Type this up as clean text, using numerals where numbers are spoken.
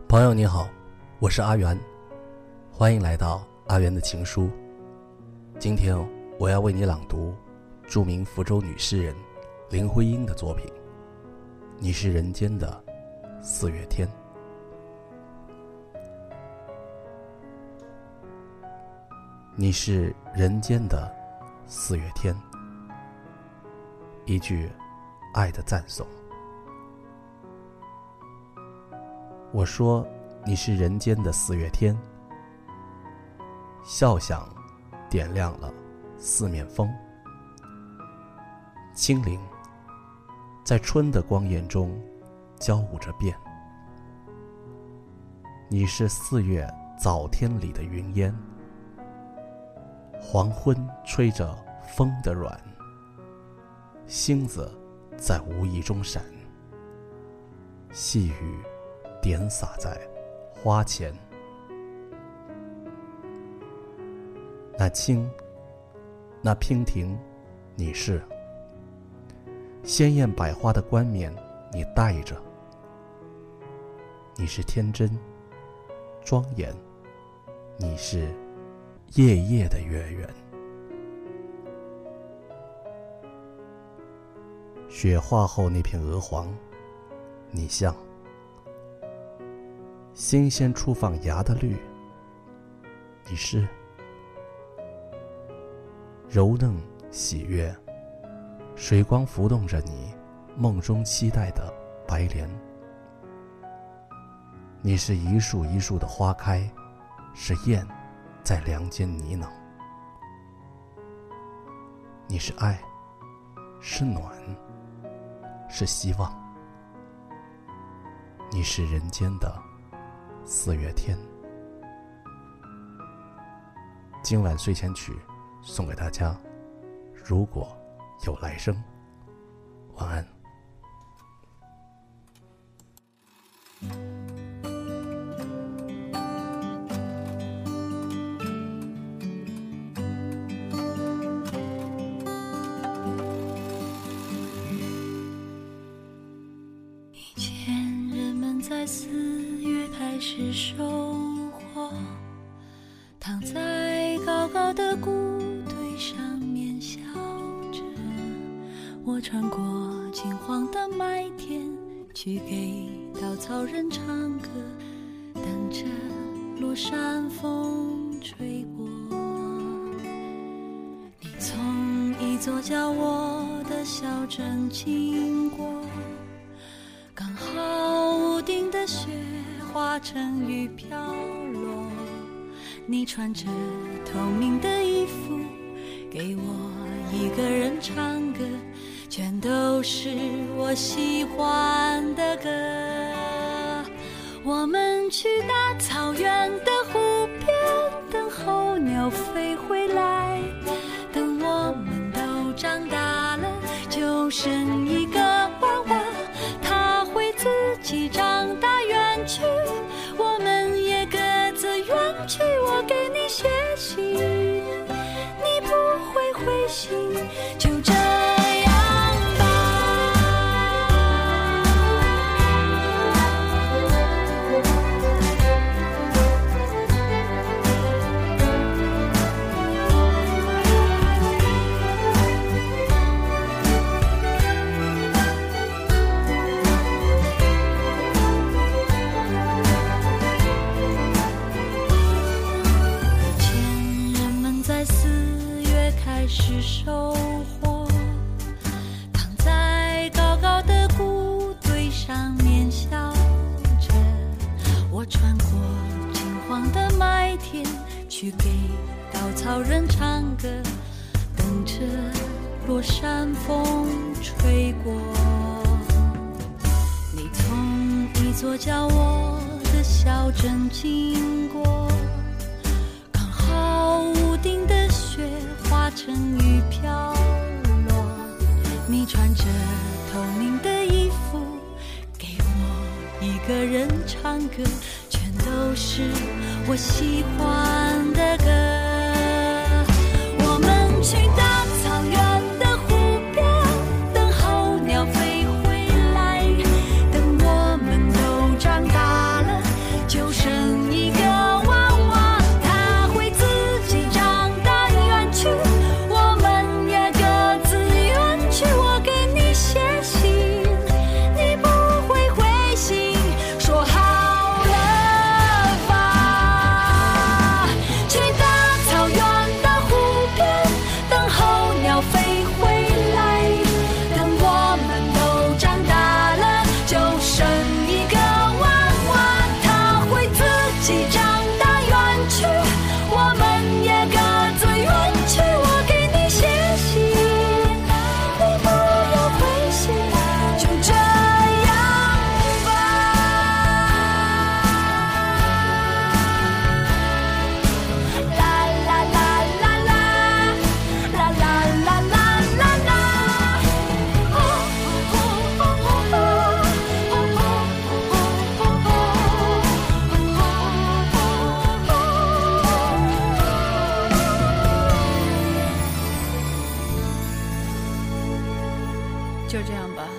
朋友你好，我是阿元，欢迎来到阿元的情书。今天我要为你朗读著名福州女诗人林徽因的作品《你是人间的四月天》。你是人间的四月天，一句爱的赞颂。我说你是人间的四月天，笑响点亮了四面风，清灵在春的光艳中交舞着变。你是四月早天里的云烟，黄昏吹着风的软，星子在无意中闪，细雨点洒在花前。那青，那娉婷，你是鲜艳百花的冠冕，你戴着。你是天真庄严，你是夜夜的月圆。雪化后那片鹅黄，你像新鲜初放芽的绿，你是柔嫩喜悦，水光浮动着你梦中期待的白莲。你是一树一树的花开，是燕在梁间呢喃。你是爱，是暖，是希望。你是人间的四月天。今晚睡前曲送给大家，如果有来生。晚安。 以前人们在4月开始收获，躺在高高的谷堆上面笑着。我穿过金黄的麦田，去给稻草人唱歌，等着落山风吹过。你从一座叫我的小镇经过，刚好屋顶的雪化成雨飘落。你穿着透明的衣服，给我一个人唱歌，全都是我喜欢的歌。我们去大草原的湖边，等候鸟飞回来。等我们都长大了，就生一个娃娃，他会自己长大远去，我们也各自远去。我给你写信，你不会回信，就这样吧。以前人们在4月开始收获，躺在高高的谷堆上面笑着。我穿过金黄的麦田，去给稻草人唱歌，等着落山风吹过。你从一座叫我的小镇经过，刚好屋顶的雪化成雨飘落。你穿着透明的衣服，给我一个人唱歌，全都是我喜欢的歌。我们去大草原的湖边，等候鸟飞回来。等我们都长大了， 就这样吧。